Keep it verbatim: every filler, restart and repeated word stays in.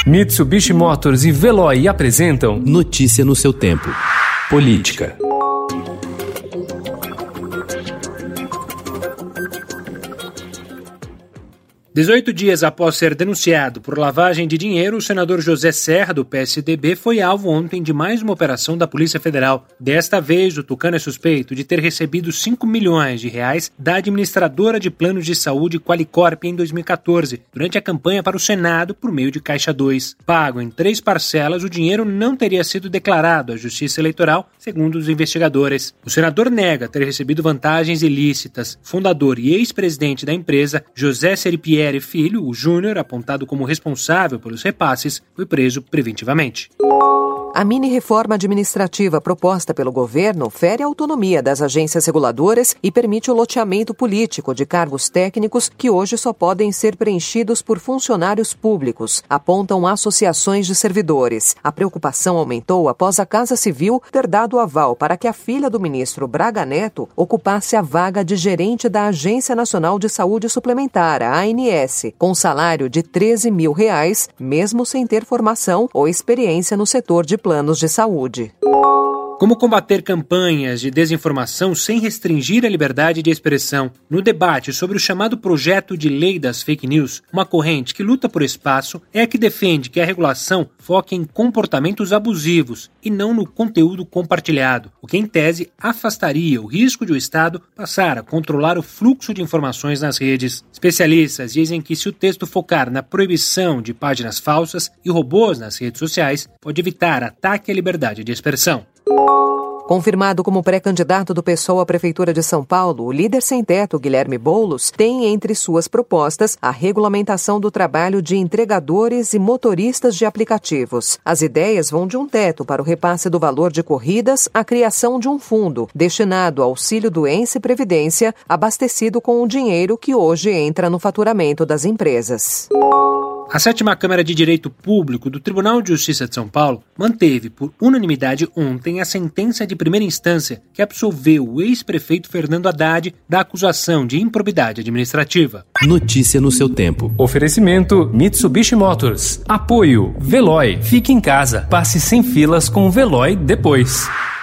Mitsubishi Motors e Veloy apresentam Notícia no seu tempo. Política. dezoito dias após ser denunciado por lavagem de dinheiro, o senador José Serra, do P S D B, foi alvo ontem de mais uma operação da Polícia Federal. Desta vez, o tucano é suspeito de ter recebido cinco milhões de reais da administradora de planos de saúde Qualicorp em dois mil e catorze, durante a campanha para o Senado por meio de Caixa dois. Pago em três parcelas, o dinheiro não teria sido declarado à Justiça Eleitoral, segundo os investigadores. O senador nega ter recebido vantagens ilícitas. Fundador e ex-presidente da empresa, José Seripieri Filho, o Júnior, apontado como responsável pelos repasses, foi preso preventivamente. A mini-reforma administrativa proposta pelo governo fere a autonomia das agências reguladoras e permite o loteamento político de cargos técnicos que hoje só podem ser preenchidos por funcionários públicos, apontam associações de servidores. A preocupação aumentou após a Casa Civil ter dado aval para que a filha do ministro Braga Neto ocupasse a vaga de gerente da Agência Nacional de Saúde Suplementar, a A N S, com salário de treze mil reais, mesmo sem ter formação ou experiência no setor de planos de saúde. Como combater campanhas de desinformação sem restringir a liberdade de expressão? No debate sobre o chamado projeto de lei das fake news, uma corrente que luta por espaço é a que defende que a regulação foque em comportamentos abusivos e não no conteúdo compartilhado, o que em tese afastaria o risco de o Estado passar a controlar o fluxo de informações nas redes. Especialistas dizem que se o texto focar na proibição de páginas falsas e robôs nas redes sociais, pode evitar ataque à liberdade de expressão. Confirmado como pré-candidato do PSOL à Prefeitura de São Paulo, o líder sem-teto, Guilherme Boulos, tem entre suas propostas a regulamentação do trabalho de entregadores e motoristas de aplicativos. As ideias vão de um teto para o repasse do valor de corridas à criação de um fundo destinado ao auxílio-doença e previdência, abastecido com o dinheiro que hoje entra no faturamento das empresas. A sétima Câmara de Direito Público do Tribunal de Justiça de São Paulo manteve por unanimidade ontem a sentença de primeira instância que absolveu o ex-prefeito Fernando Haddad da acusação de improbidade administrativa. Notícia no seu tempo. Oferecimento Mitsubishi Motors. Apoio Veloy. Fique em casa. Passe sem filas com o Veloy depois.